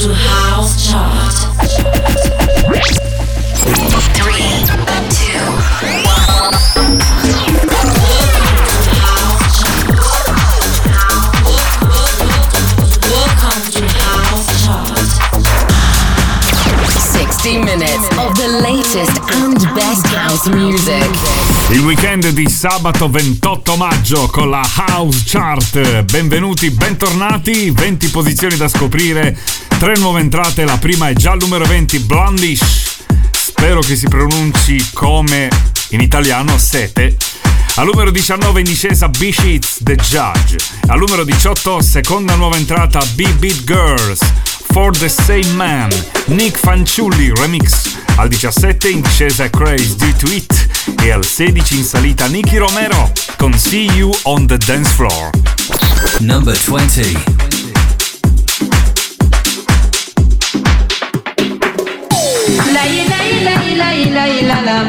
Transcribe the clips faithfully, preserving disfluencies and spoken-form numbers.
to House Chart. Three, two, one. Welcome to House Chart. sixty minutes of the latest and best house music. Il weekend di sabato ventotto maggio con la House Chart. Benvenuti, bentornati. venti posizioni da scoprire, tre nuove entrate. La prima è già al numero venti, Blondish. Spero che si pronunci come in italiano sete. Al numero diciannove in discesa B-Sheets, The Judge. Al numero diciotto, seconda nuova entrata, B-Beat Girls, For the Same Man, Nick Fanciulli Remix. Al diciassette in discesa Craze Due to It. E al sedici in salita Nicky Romero con See You on the Dance Floor. Number twenty. La la la la la la la.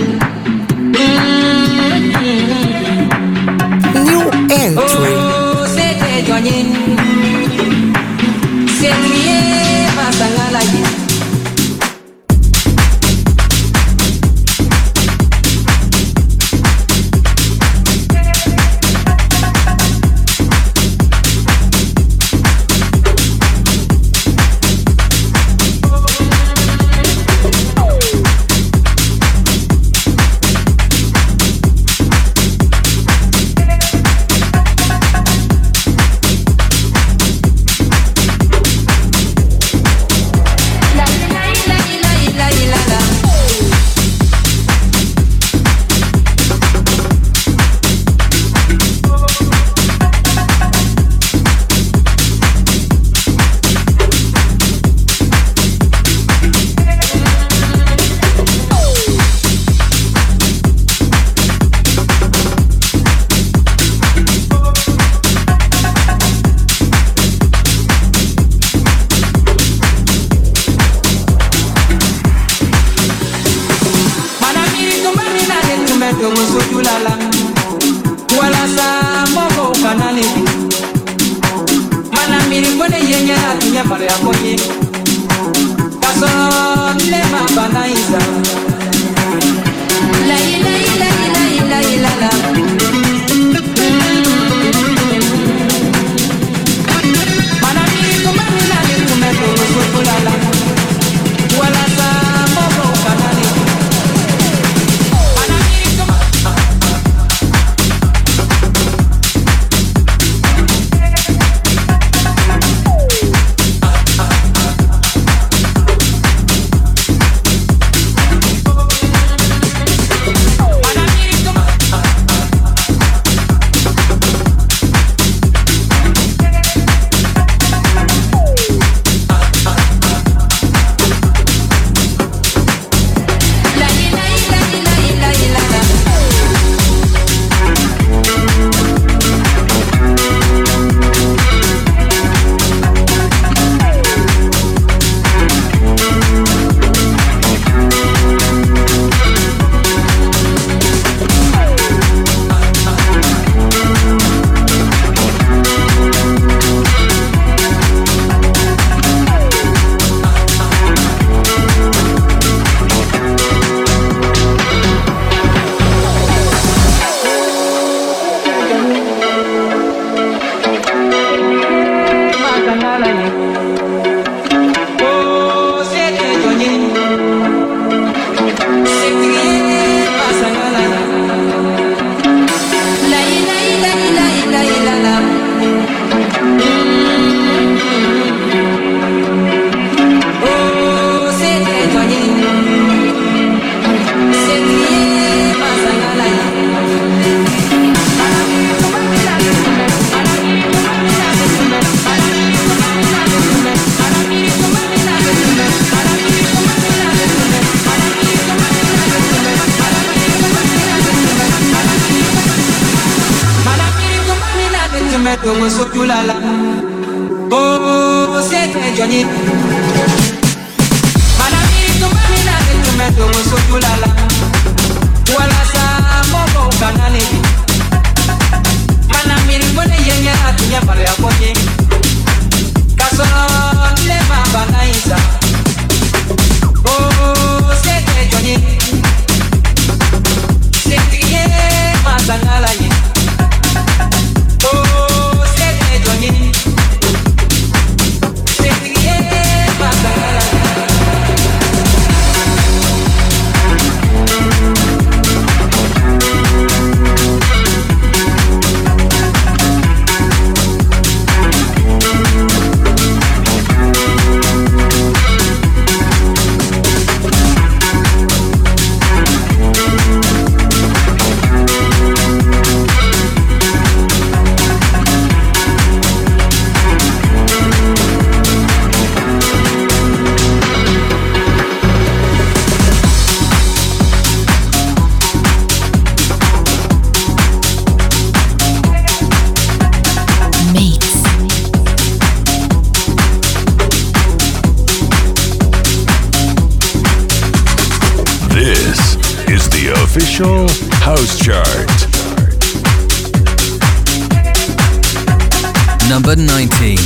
New entry. Oh, c'était Johnny. C'est lié, pas la vie. Oh, c'était Johnny. Manami, tu mamina, tu me tomo so tulala. Wala sa mogo kanale. Manami, mbone yenya atunya pare apoye. Kaso le mabana. official house chart. Number nineteen.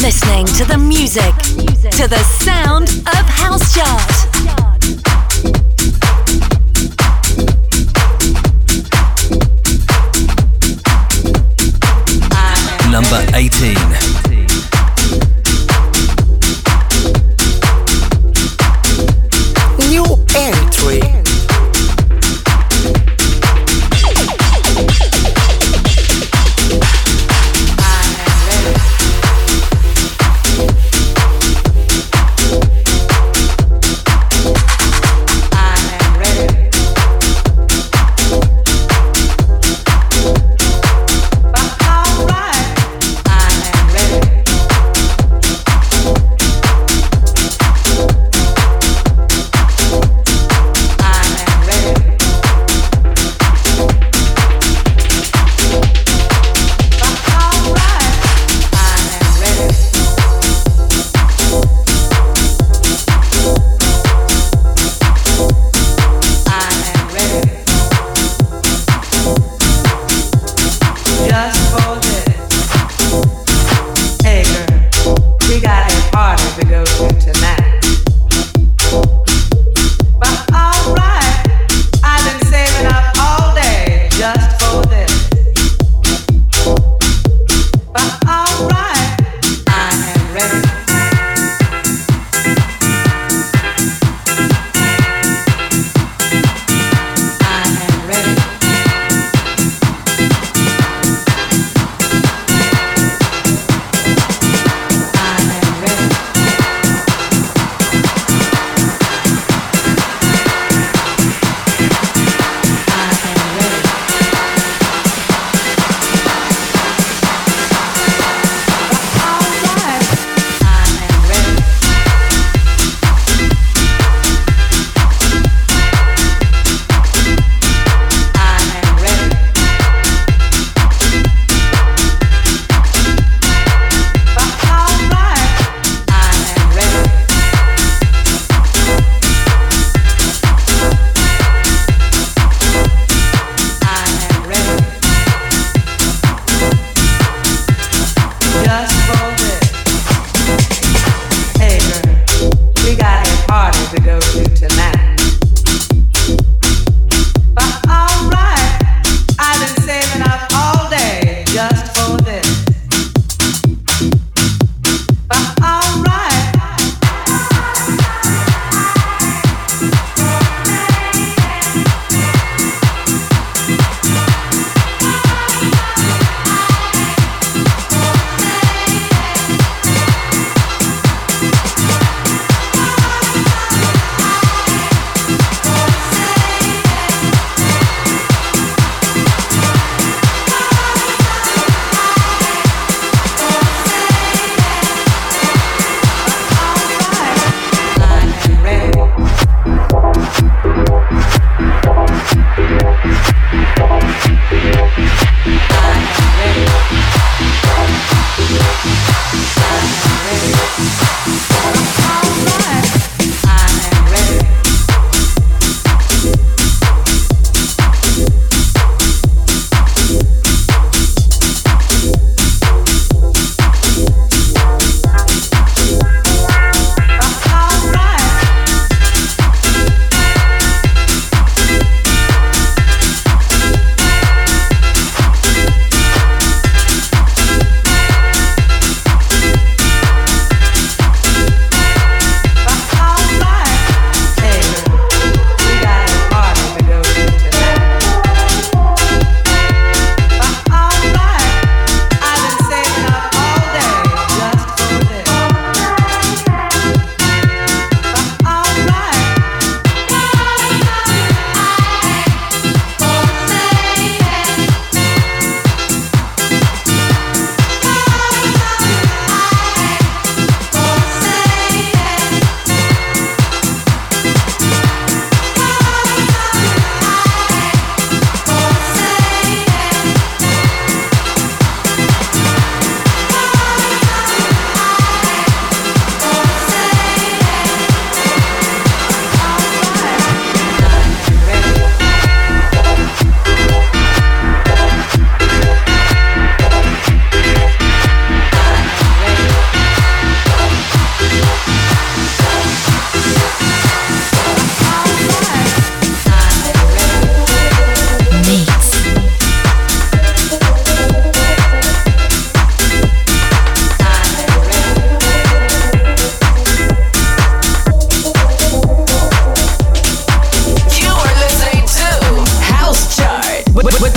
listening to the music, to the sound of House Chart. Number eighteen. New entry. Ready.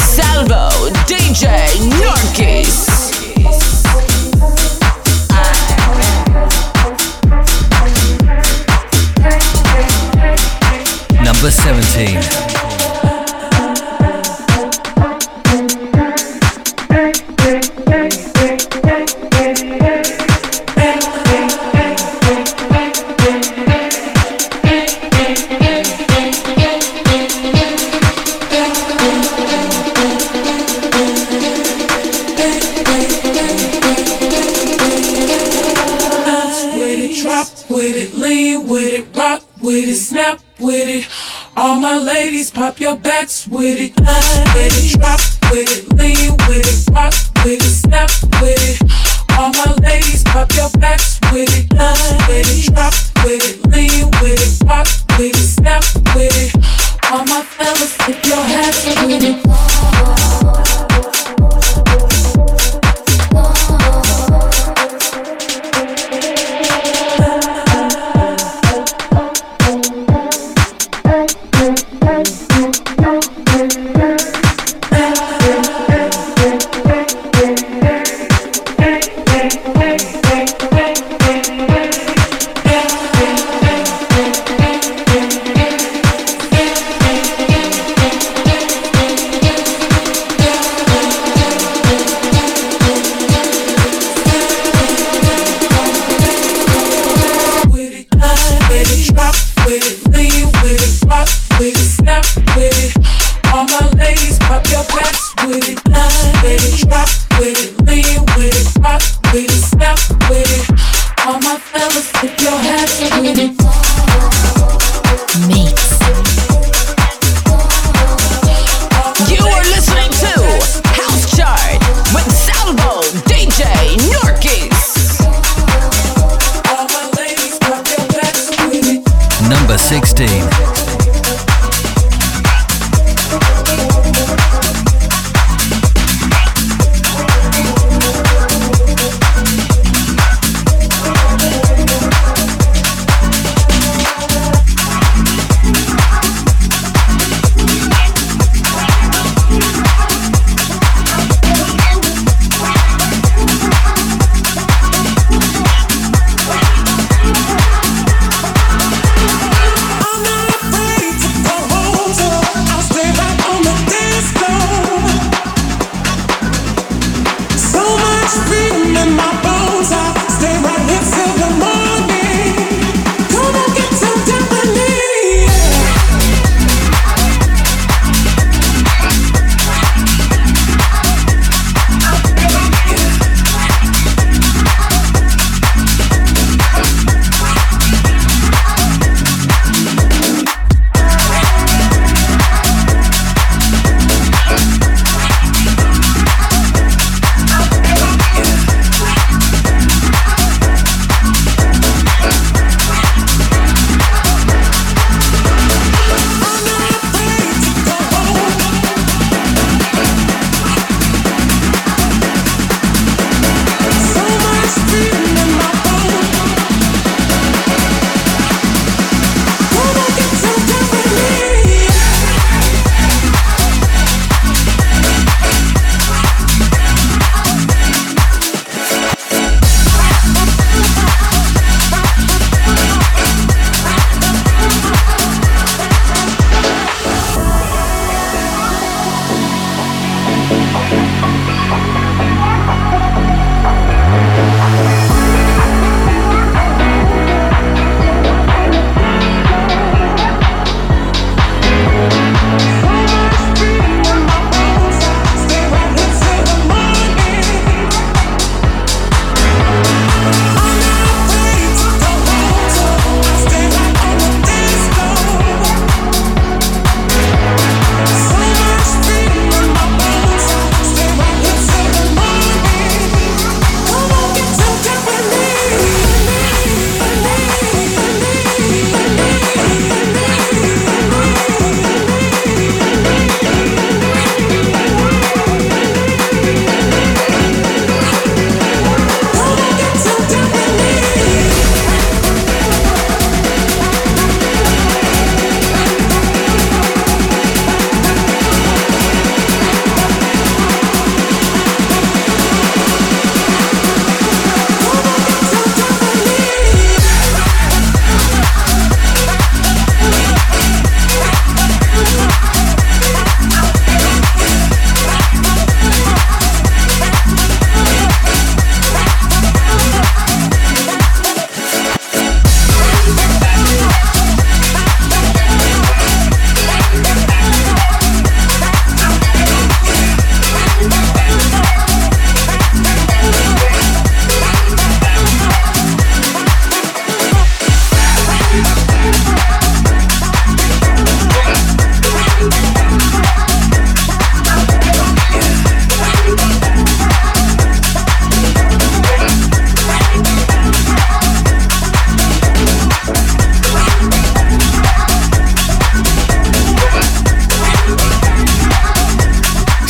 Salvo, D J Norkis. Number seventeen. Pop your backs with it, with it, drop with it, lean with it, rock with it, snap with it. All my ladies, pop your backs with it, with it, drop with it, lean with it, rock with it, snap with it. All my fellas, tip your hats with it.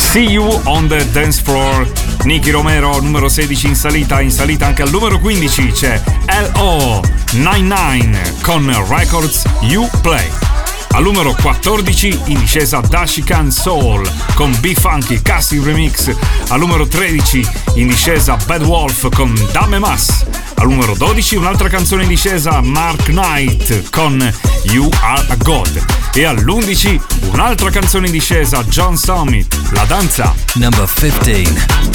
See You on the Dance Floor. Nicky Romero, numero sedici in salita. In salita anche al numero quindici c'è L O novantanove con Records You Play. Al numero quattordici in discesa Dashikan Soul con B-Funky Cassie Remix. Al numero tredici in discesa Bad Wolf con Dame Mas. Al numero dodici un'altra canzone in discesa, Mark Knight con You Are a God. E all'undici un'altra canzone in discesa, John Summit, La Danza. Number fifteen.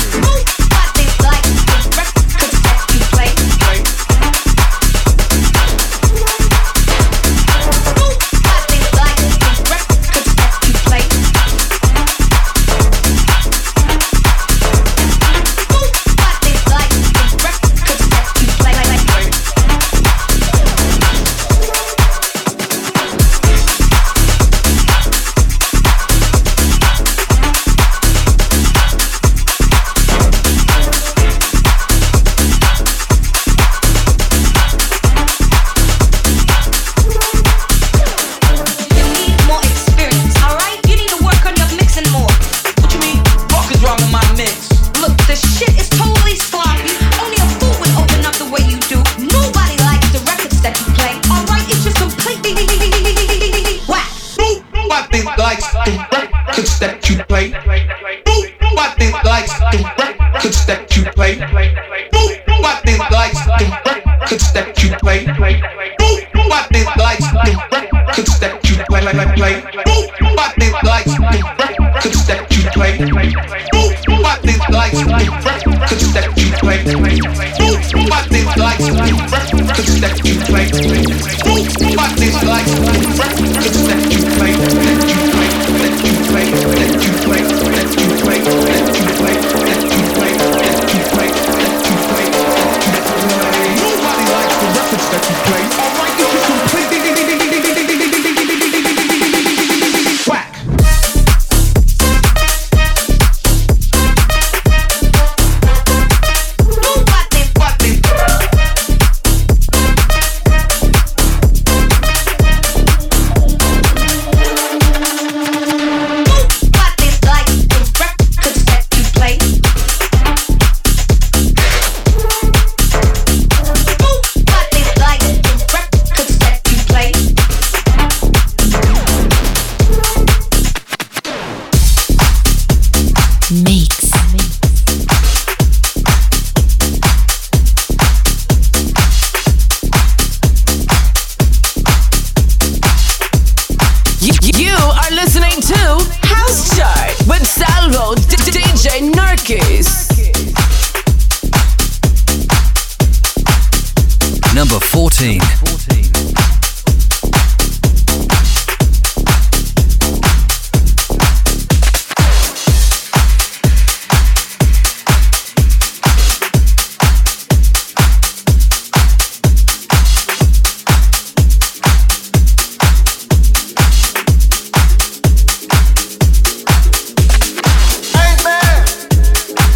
Number fourteen.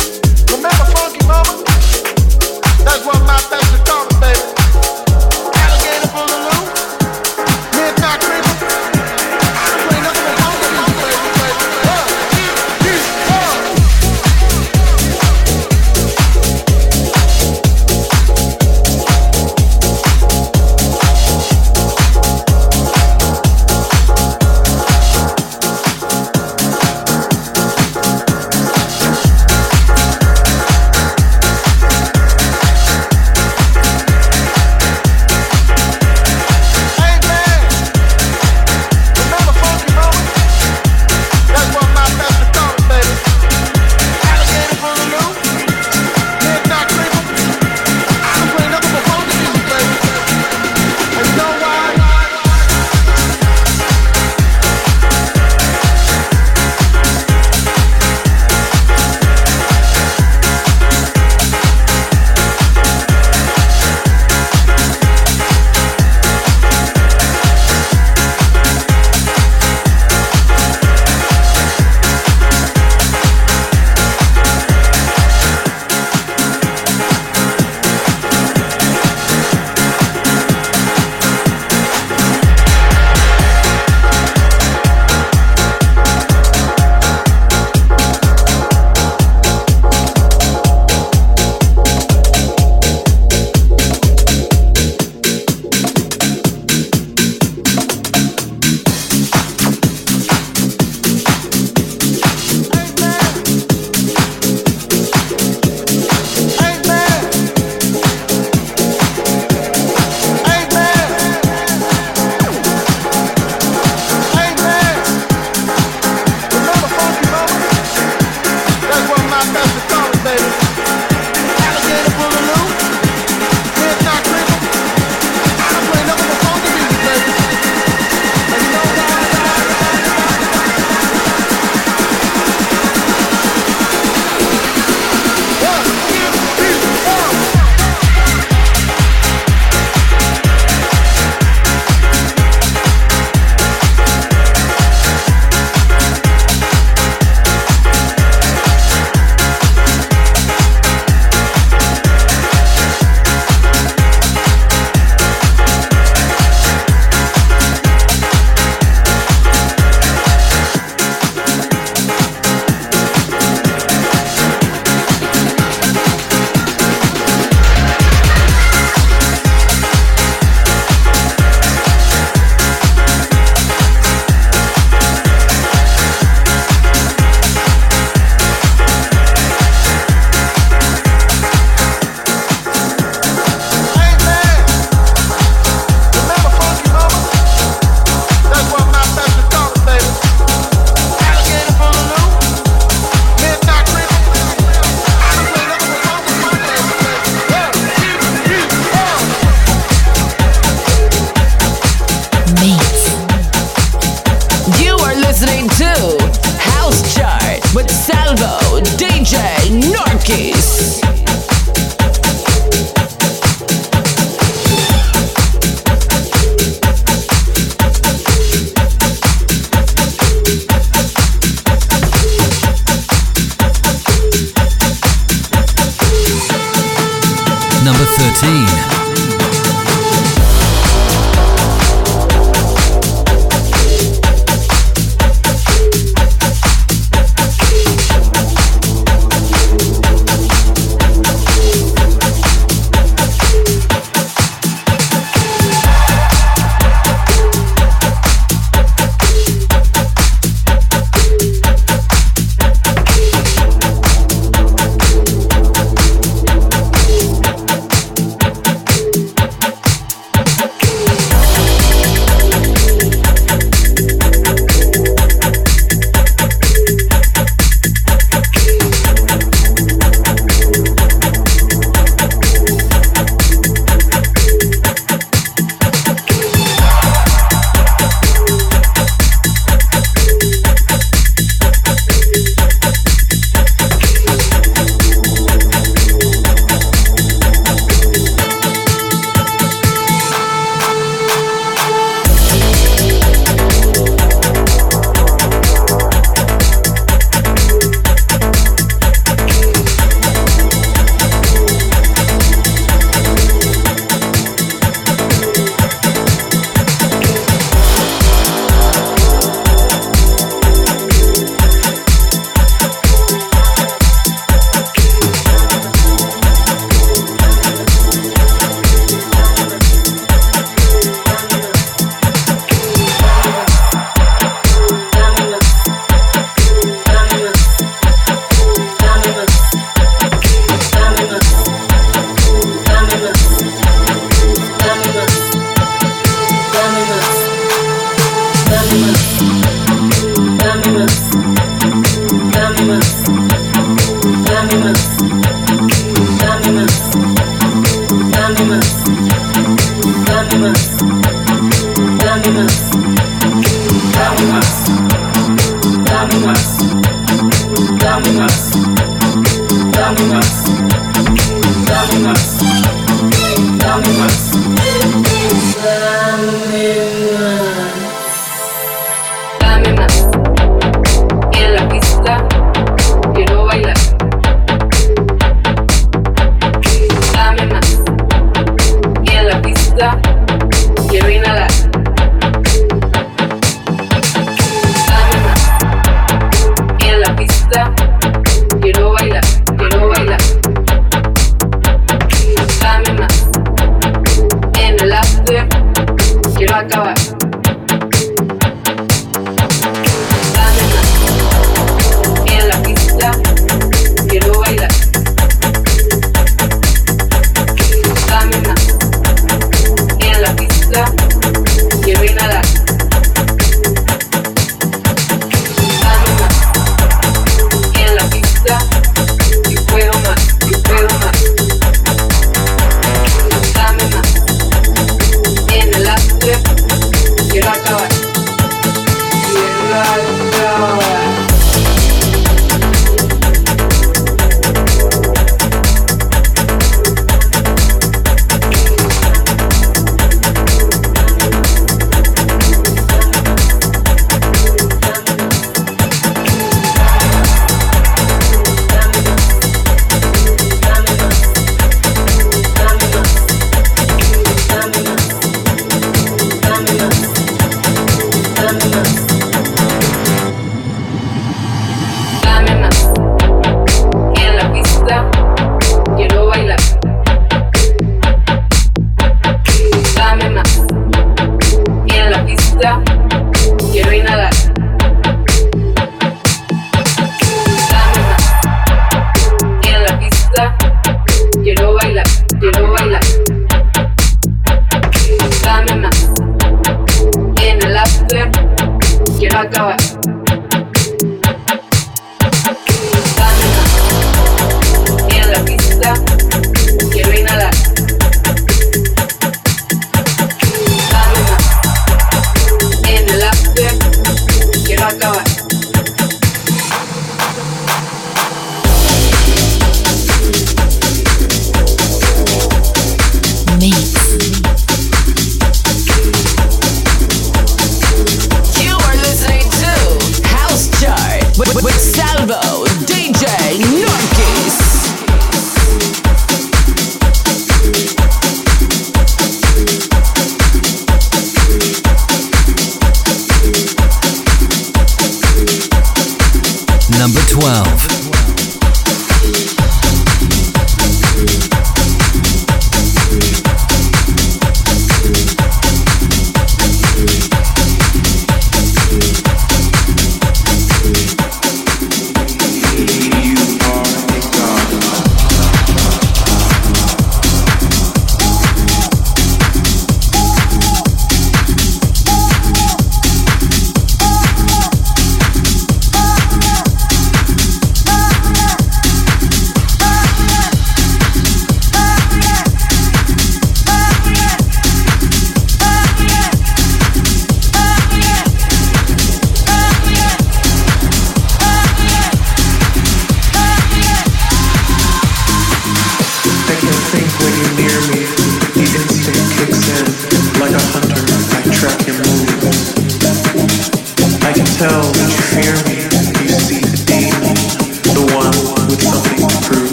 That's what my pastor taught us, baby. Evo, D J Narkis. Number thirteen. Quiero bailar, quiero bailar.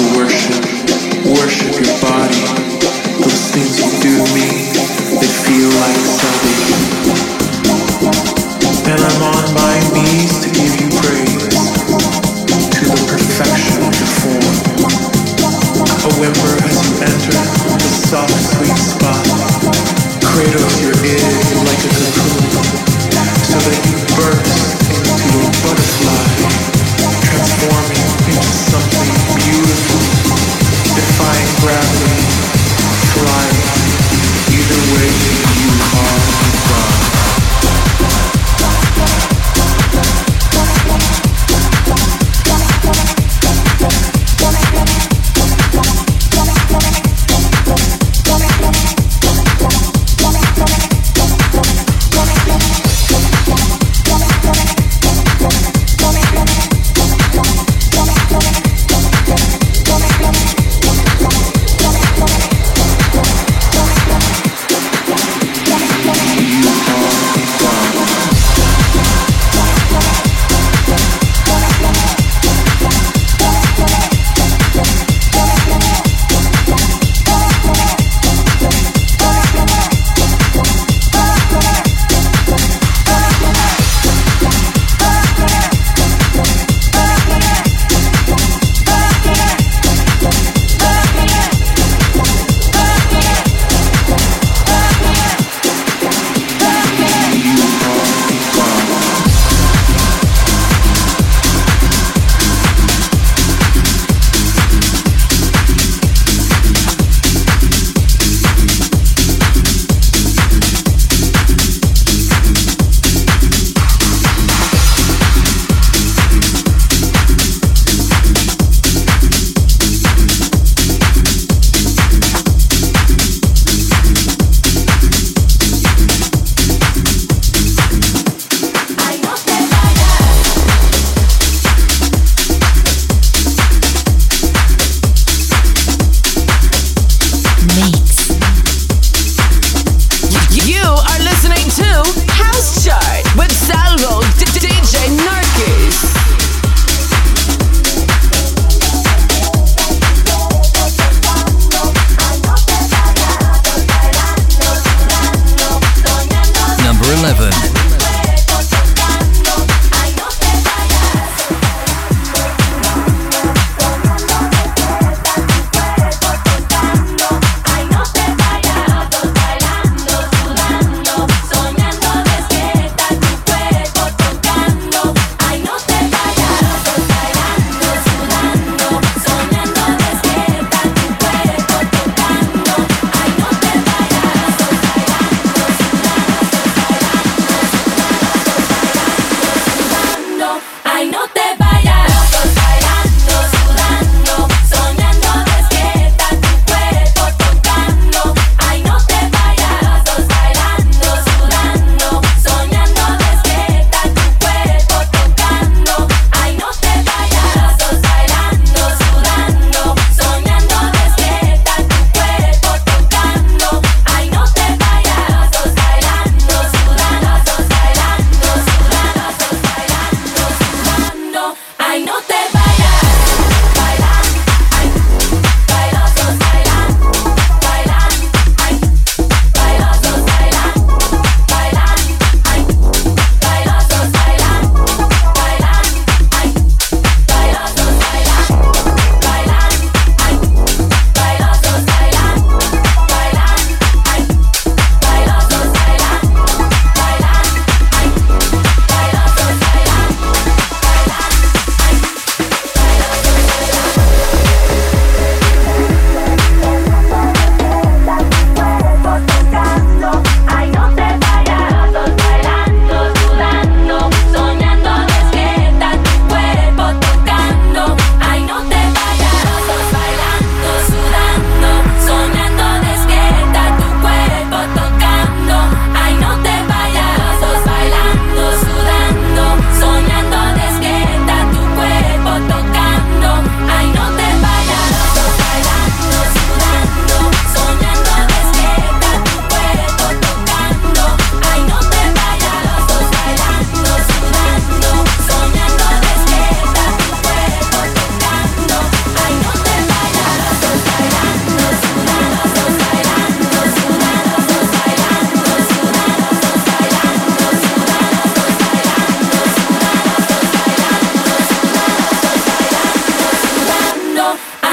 worship, worship your body. Those things you do to me, they feel like salvation. And I'm on my knees to give you praise, to the perfection of your form. A whimper as you enter the soft, sweet spot. Cradle your id like a cocoon, so that you burst into a butterfly, transforming into something beautiful, defying gravity, flying. Either way, you are God.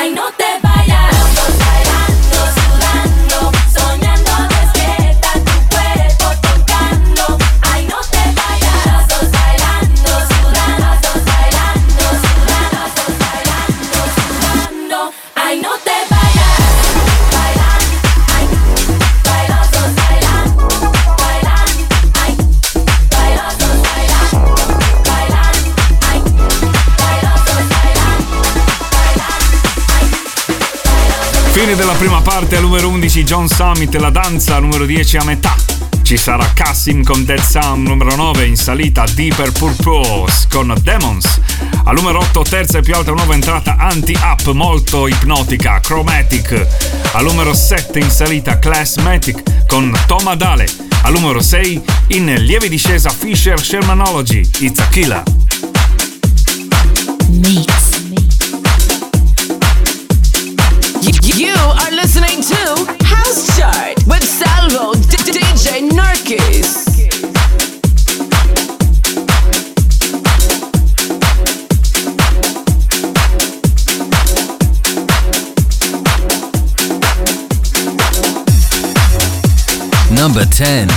Ay, no te vayas. Todos bailando, sudando, soñando despierta tu cuerpo tocando. Ay, no te vayas. Todos bailando, sudando, todos bailando, sudando, todos bailando, sudando. Ay, no te vayas. Bailando, ay, bailando, todos bailando, bailando, ay, bailando, todos bailando, bailando, ay, bailando, todos bailando. Fine della prima parte, al numero undici John Summit, La danza, al numero dieci a metà. Ci sarà Cassim con Dead Sound, numero nove in salita Deeper Purpose con Demons. Al numero otto, terza e più alta nuova entrata Anti-Up, molto ipnotica, Chromatic. Al numero sette in salita Classmatic con Tom Adale. Al numero sei in lieve discesa Fisher Shermanology, It's a Killer. Mix. You are listening to House Chart with Salvo D- D- D J Narkis. Number ten.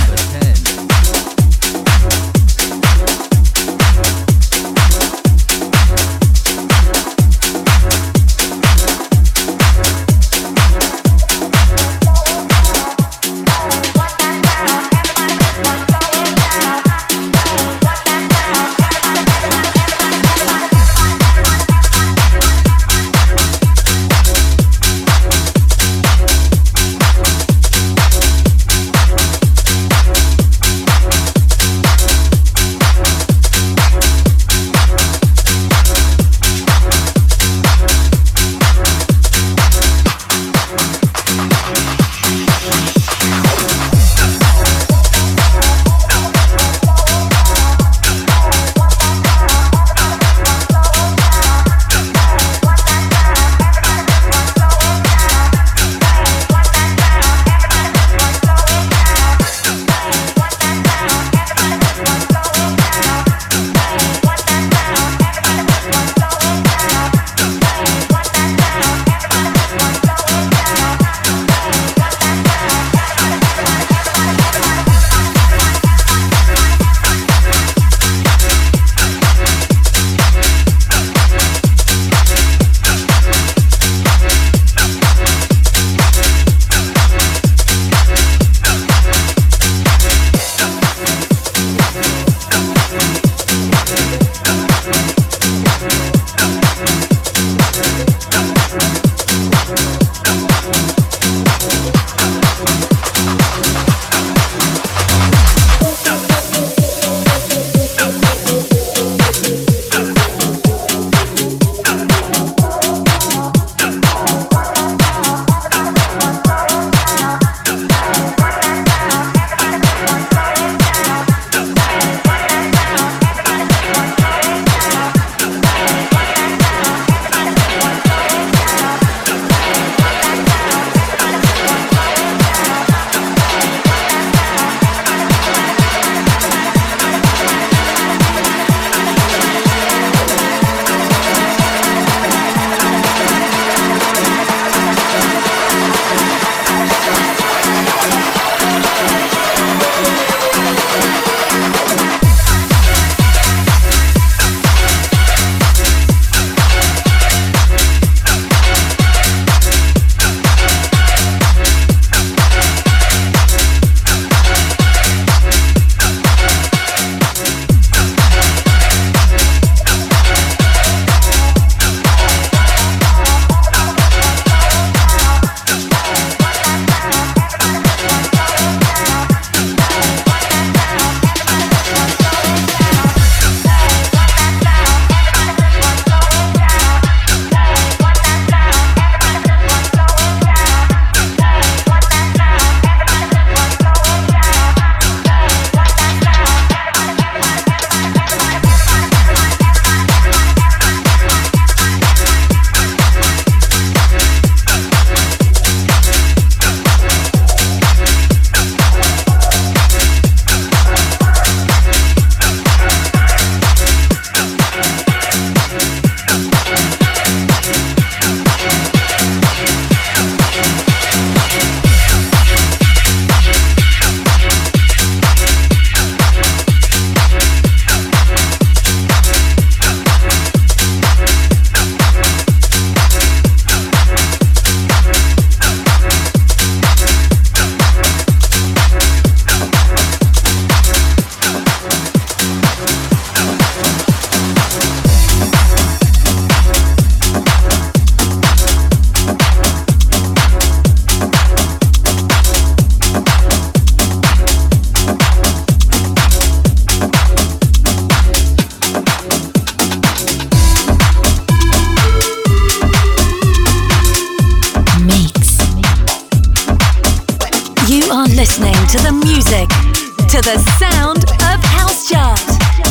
listening to the music, to the sound of House Chart.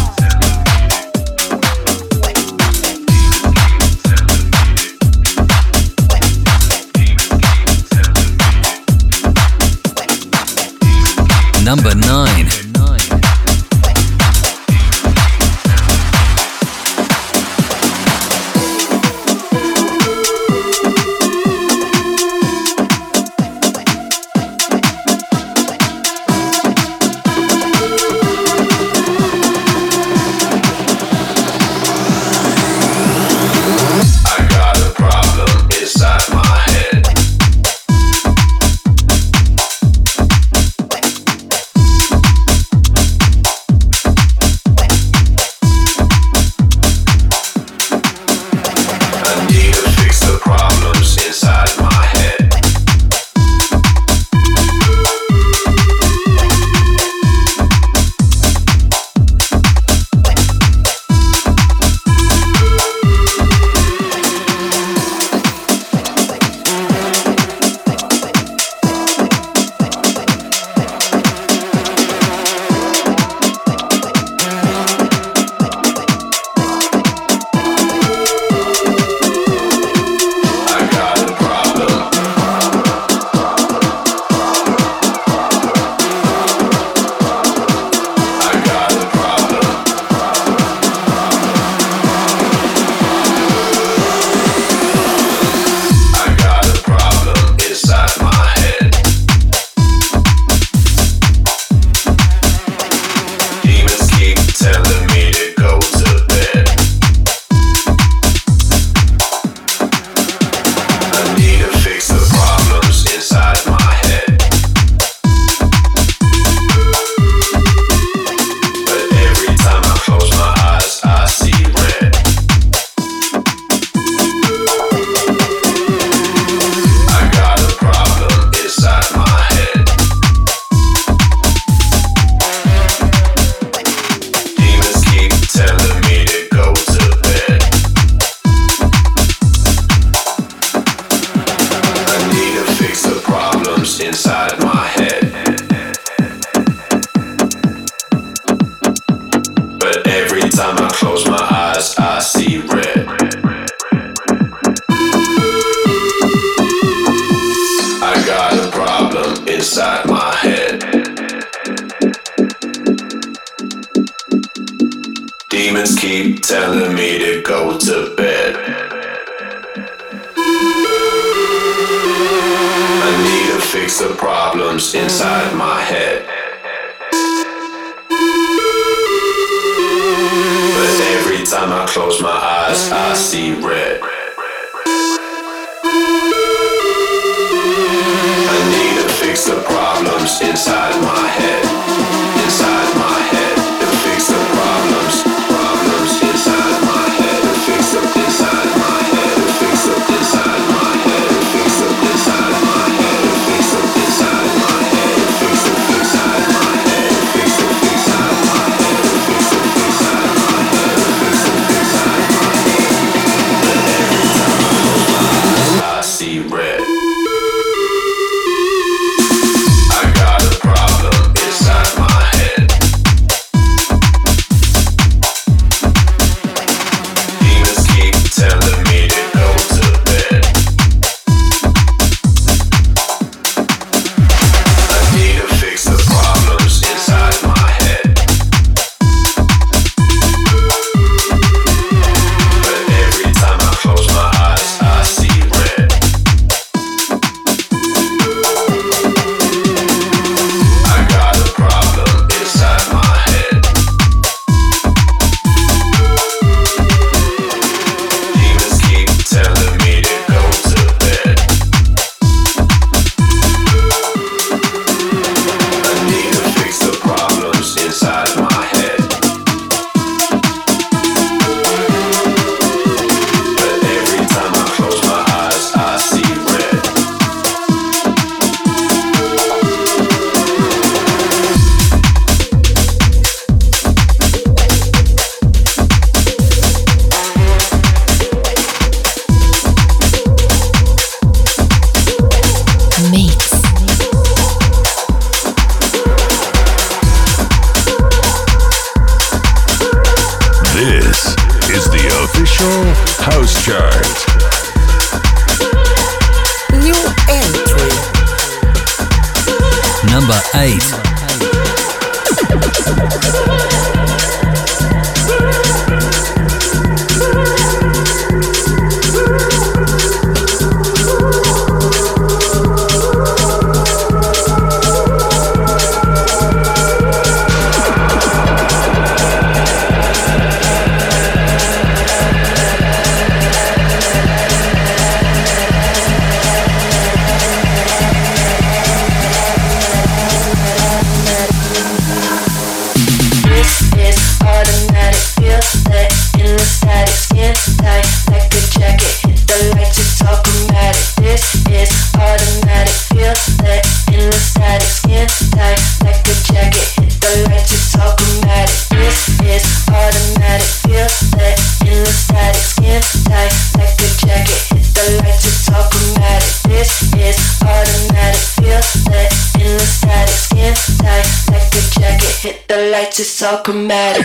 Number nine. I got a problem inside. Number eight. It's so chromatic.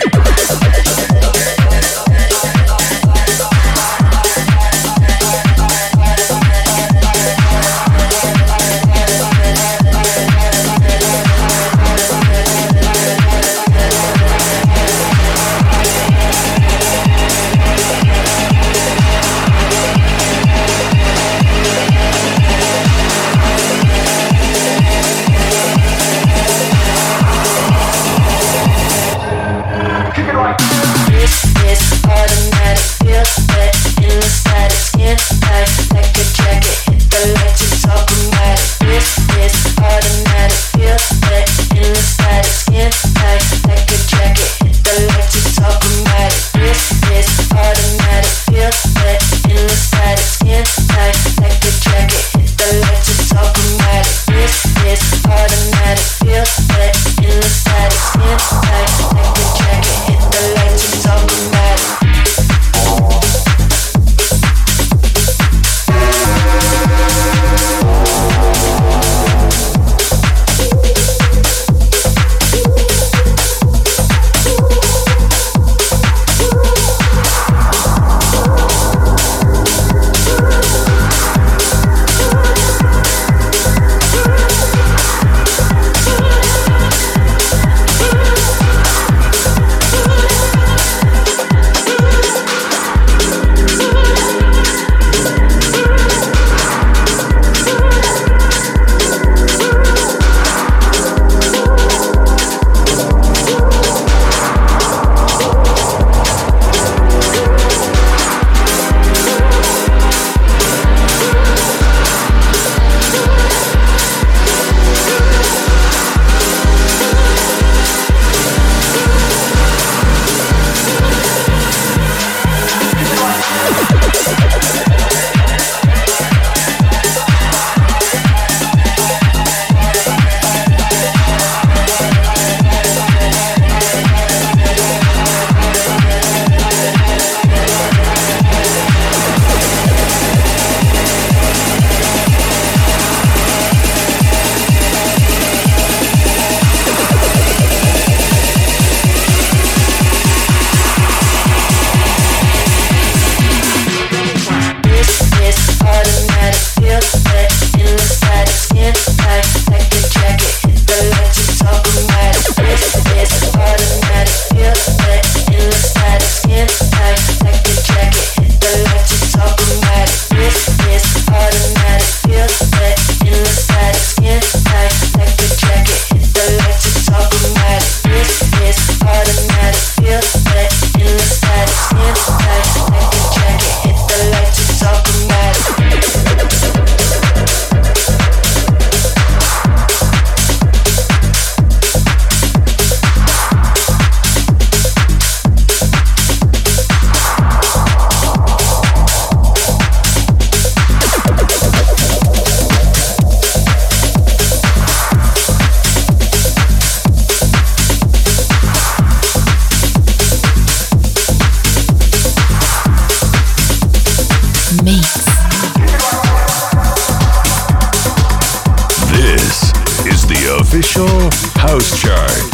official House Chart.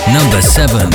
Number seven.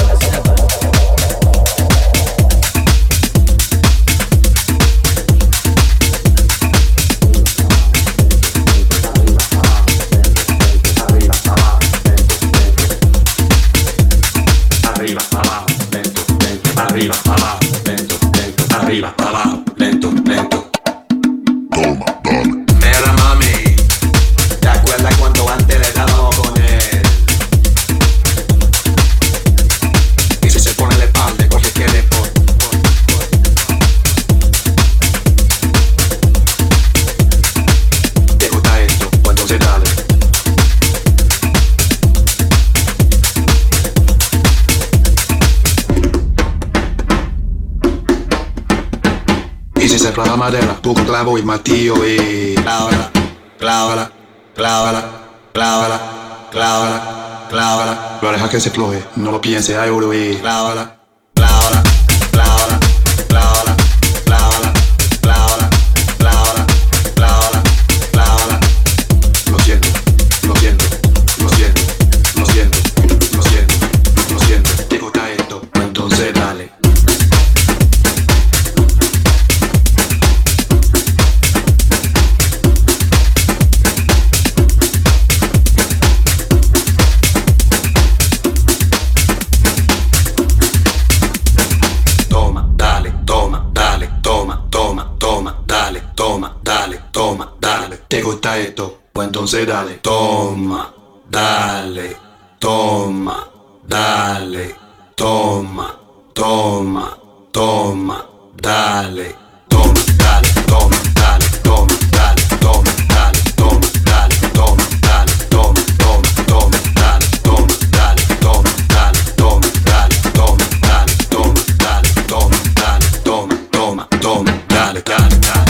La madera, tu con clavo y martillo y clávala, clávala, clávala, clávala, clávala, clávala. Lo deja que se floje, no lo piense, hay oro y clávala, clávala, clávala, clávala, clávala, clávala, clávala, clávala, clávala. Lo siento, lo siento, lo siento, lo siento, lo siento, lo siento. Te gusta esto, entonces dale. ¿Te gusta esto? Pues entonces dale. Toma, dale, toma, dale, toma, toma, toma, dale, toma, dale, toma, dale, toma, dale, toma, dale, toma, dale, toma, dale, toma, toma, toma, dale, toma, dale, toma, dale, toma, dale, toma, dale, toma, dale, toma, dale, toma, toma, toma, dale, dale, dale.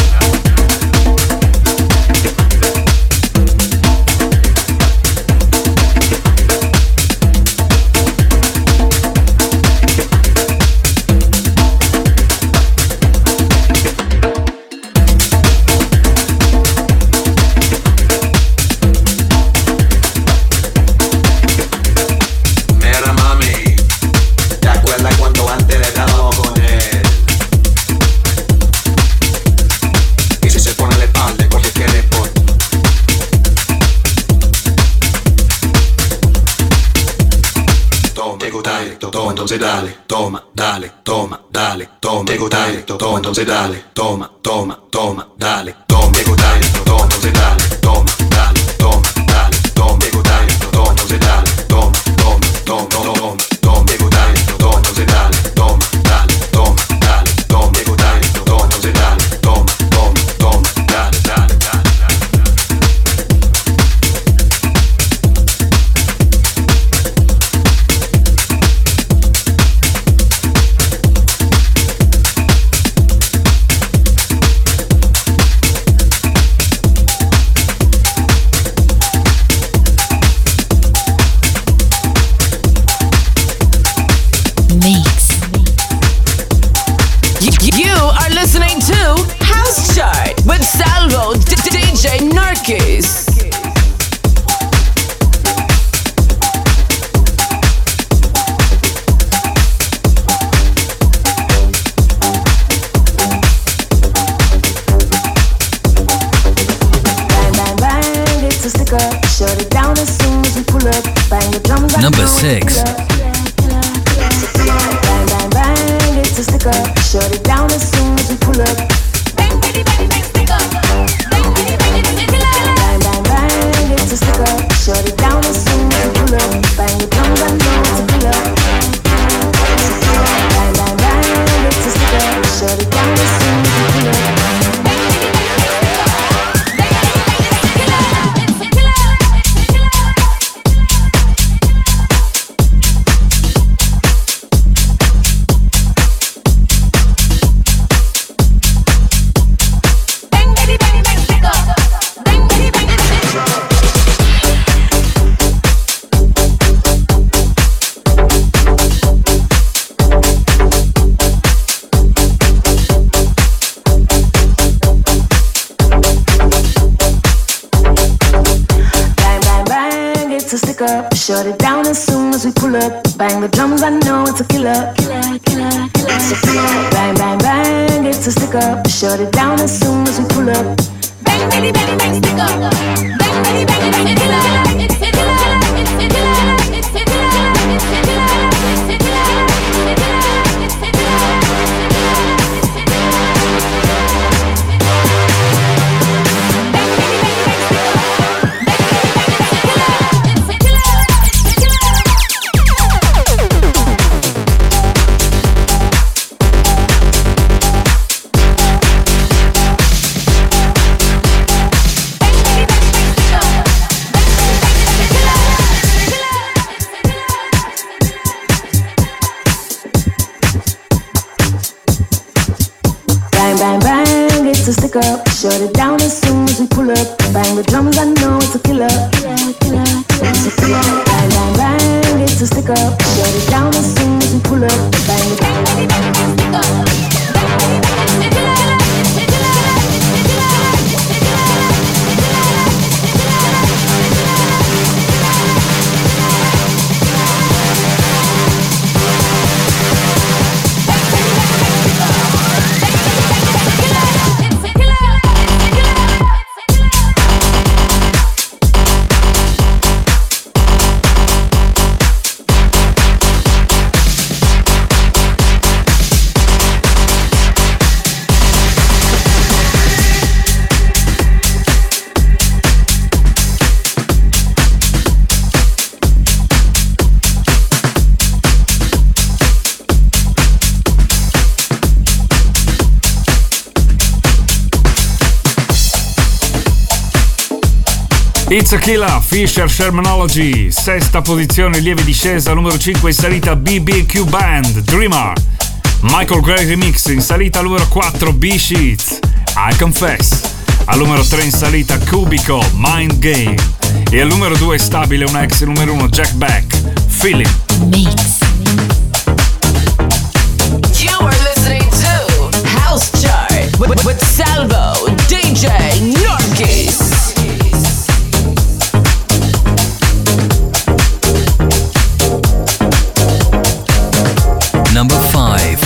Entonces dale, toma, dale, toma, dale, toma. Te gusta esto, toma, entonces dale, toma, toma, toma, dale, toma. Te gusta esto, toma, entonces dale, toma, dale, toma, dale, toma. Te gusta esto, toma, entonces dale, toma, toma, toma, toma, toma. Te gusta esto, toma, entonces dale, toma, dale, toma, dale, toma. Te gusta esto, toma, entonces dale, toma, toma, toma, dale, dale, dale. Narkis. Number six. Bang, bang, bang, it's a sticker. Shut it down as soon as we pull up. Bang, bang, bang, bang, sticker. Bang, bang, bang, sticker. Bang, bang, bang, it's a sticker. Shut it down as soon as we pull up. Bang the drums and know it's a pull up. Bang, bang, bang, it's a sticker. Shut it down as soon as we pull up. shut it down as soon as we pull up. Bang the drums, I know it's a killer. Killer, killer, killer. It's a killer. Bang, bang, bang, it's a stick up. Shut it down as soon as we pull up. Bang, bang, bang, bang, stick up. Bang, bang, bang, bang, it's a killer. It's a killer. It's a killer. It's a killer. It's a killer. It's a killer. It's a stick up, shut it down as soon as we pull up. Bang the drums, I know it's a killer. Killer, killer, killer. It's a killer. Bang, bang, bang, it's a stick up, shut it down as soon as we pull up. Bang the bang, bang, bang, stick up. Bang, bang, bang, it's a killer. It's a killer. It's a killer. It's a killer. It's a Killer, Fisher Shermanology, sesta posizione, lieve discesa, numero cinque in salita B B Q Band, Dreamer. Michael Gray Remix in salita numero quattro, B-Sheets, I Confess. Al numero tre in salita Cubico, Mind Game. E al numero due stabile un ex numero uno, Jack Beck, Feeling. Mix. You are listening to House Chart with, with Salvo, D J Norkis. Number five.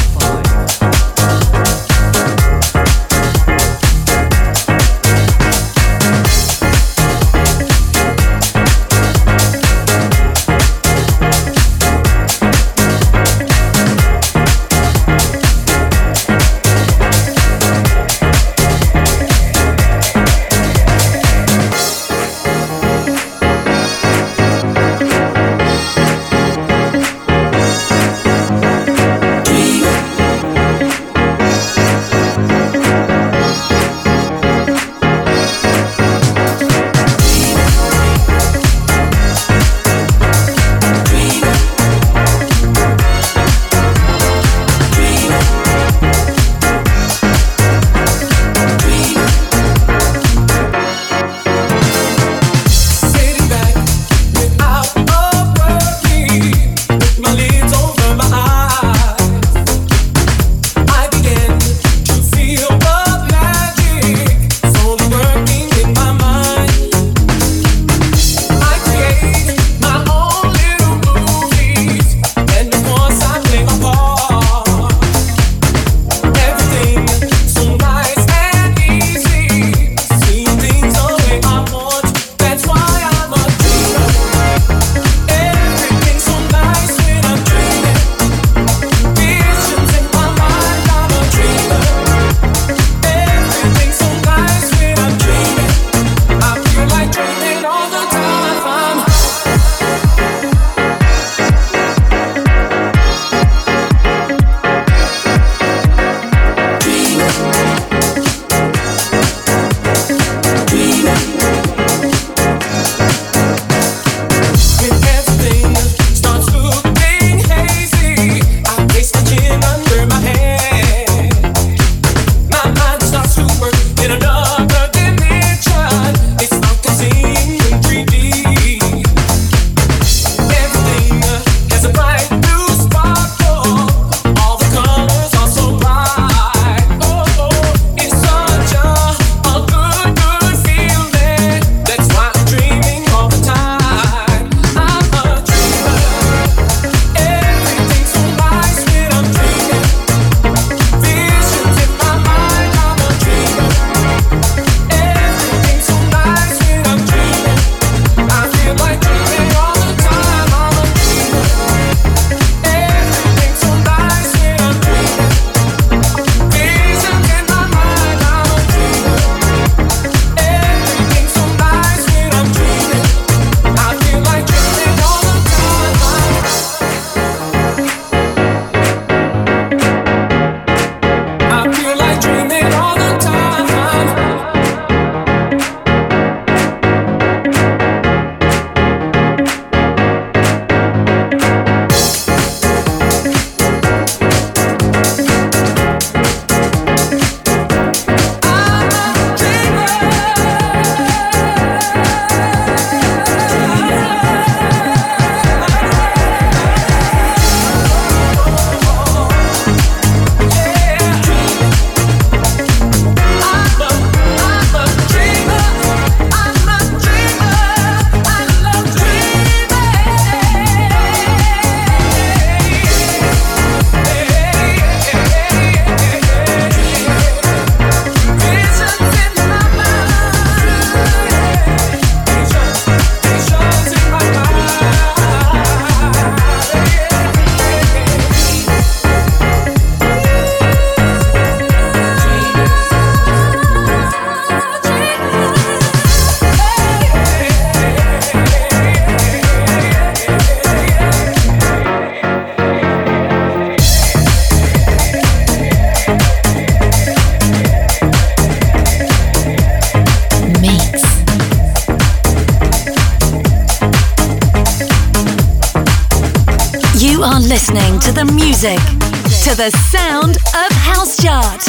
You are listening to the music, to the sound of House Chart.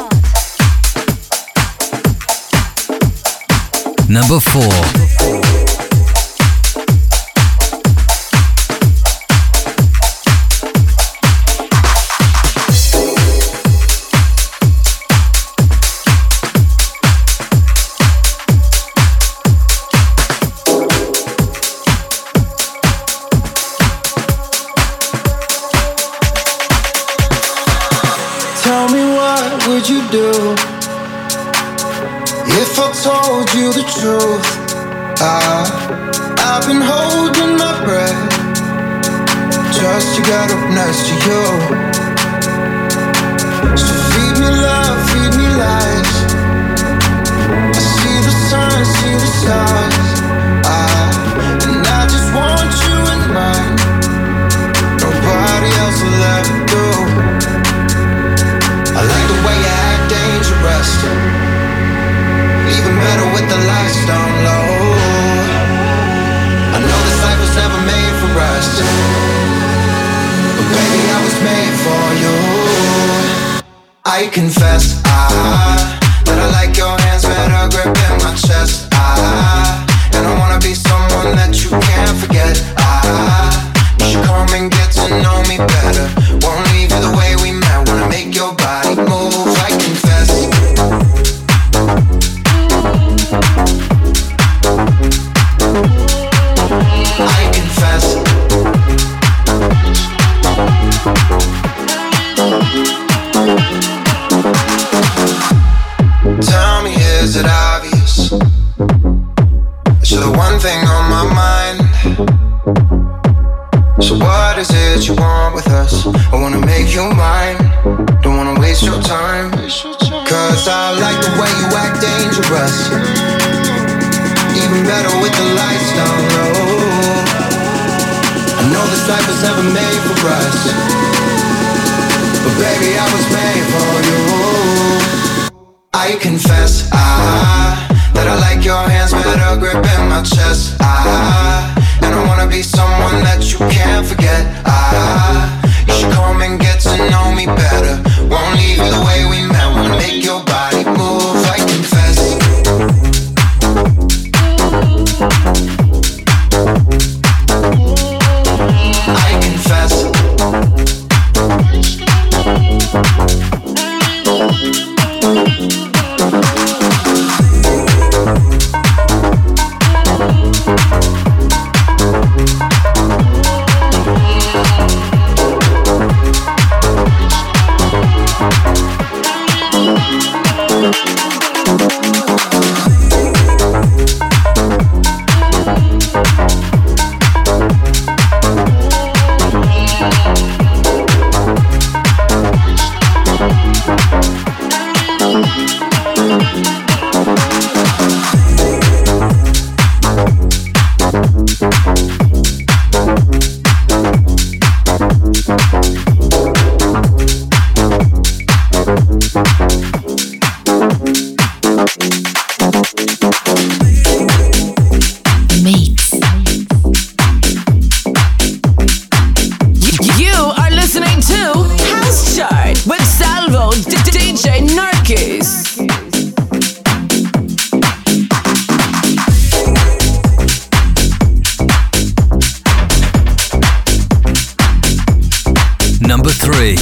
Number four. Tell me, what would you do if I told you the truth? I, I've been holding my breath just to get up next to you. So feed me love, feed me lies. I see the sun, see the stars. I, and I just want you in mine. Nobody else will ever do. I like the way you act dangerous, even better with the lights down low. I know this life was never made for us, but baby, I was made for you. I confess, I, that I like your hands better gripping my chest. I, and I wanna be someone that you can't forget. I, you should come and get to know me better. Won't leave you the way we met. Wanna make your body move. I confess. I confess. Tell me, is it obvious? It's the one thing on my mind. So what is it you want with us? I wanna make you mine. Don't wanna waste your time. Cause I like the way you act dangerous, even better with the lights down low. I know this life was never made for us, but baby, I was made for you. I confess, I, that I like your hands better gripping my chest. I, and I wanna be someone that you can't forget. I, you should come and get to know me better. Won't leave you the way we met. Wanna make your body move. I confess. I confess. Number three.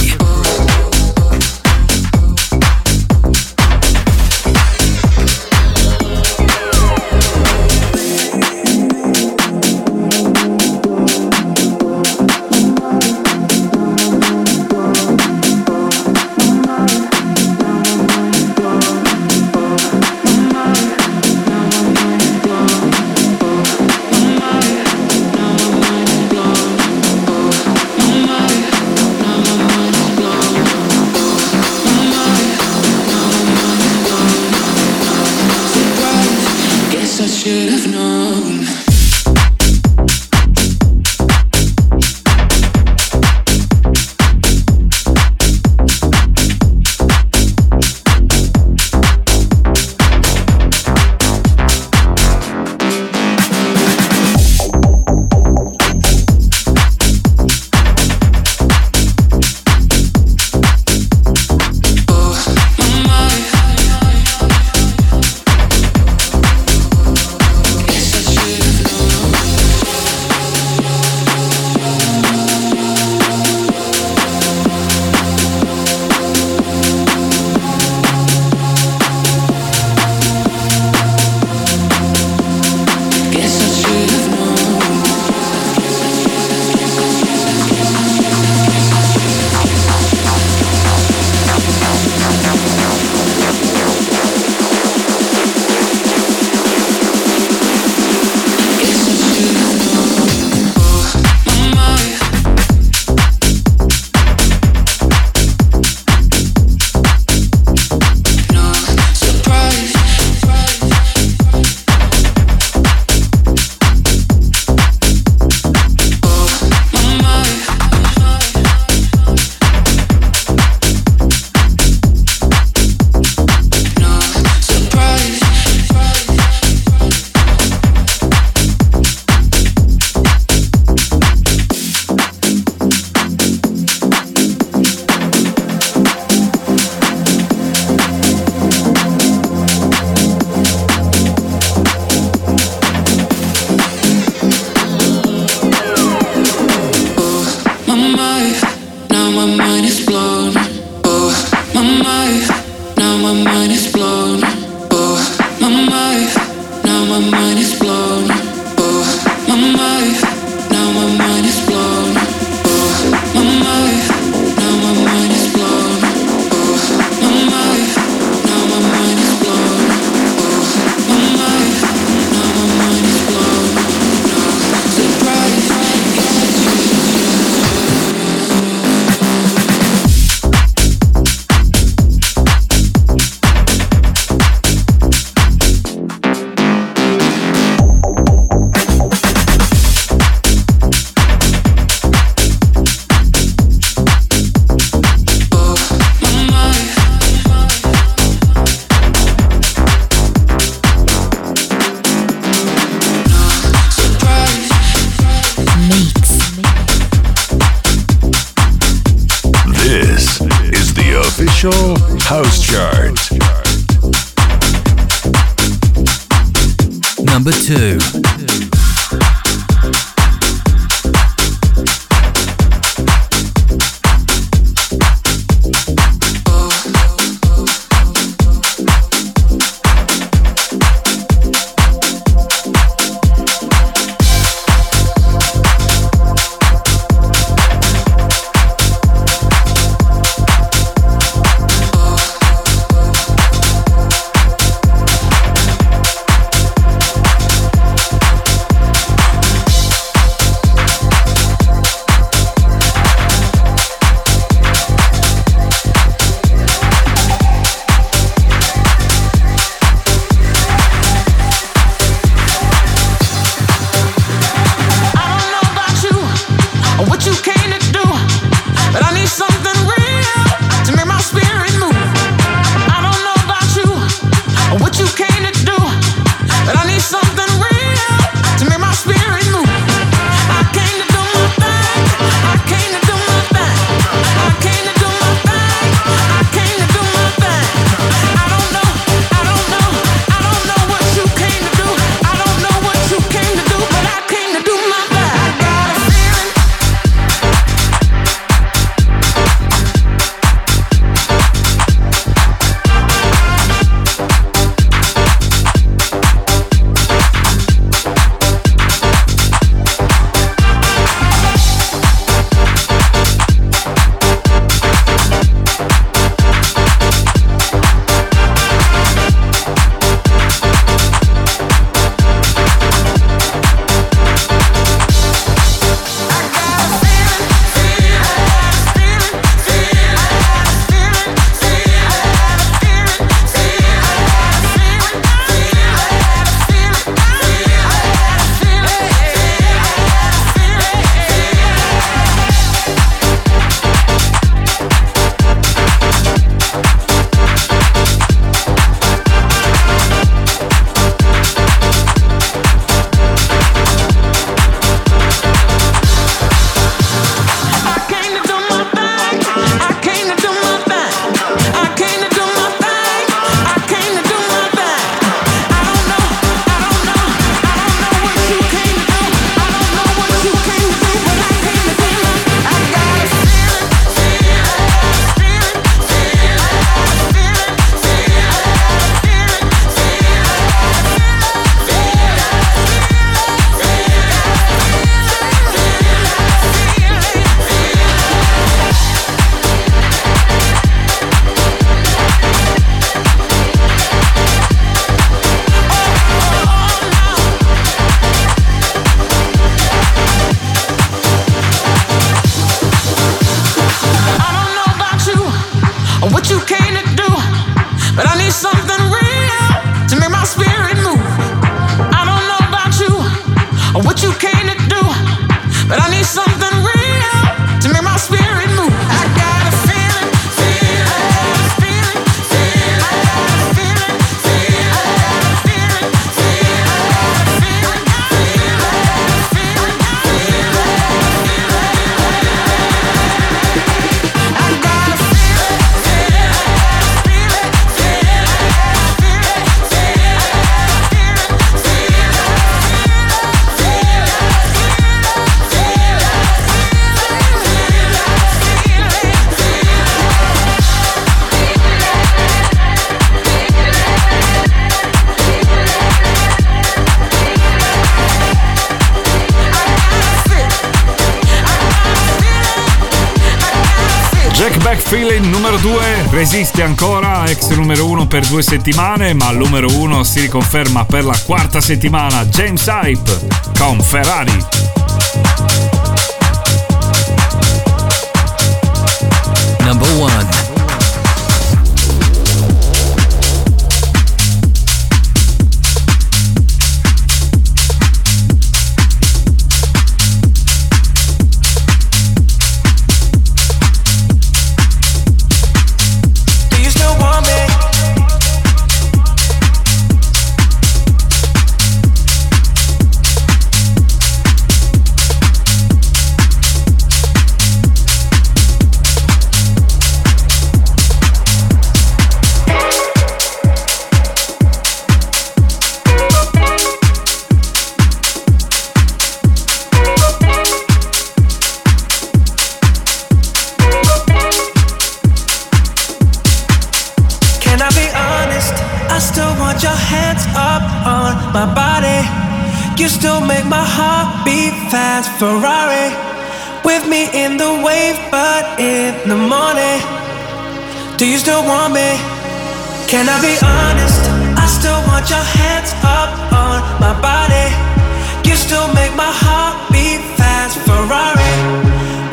I my mind is blown. Oh, my mind, now my mind is blown. Oh, my mind, now my mind is blown. Oh, my mind, now my mind is blown. Oh, my mind, now my mind is blown. Oh, my mind, now my mind is blown. Oh, my mind, now my mind is blown. Surprise. This is the official House Chart. Number two. Jack Back Feeling numero due resiste ancora, ex numero uno per due settimane, ma al numero uno si riconferma per la quarta settimana James Hype con Ferrari. Number one. Ferrari with me in the wave, but in the morning, do you still want me? Can I be honest? I still want your hands up on my body. You still make my heart beat fast. Ferrari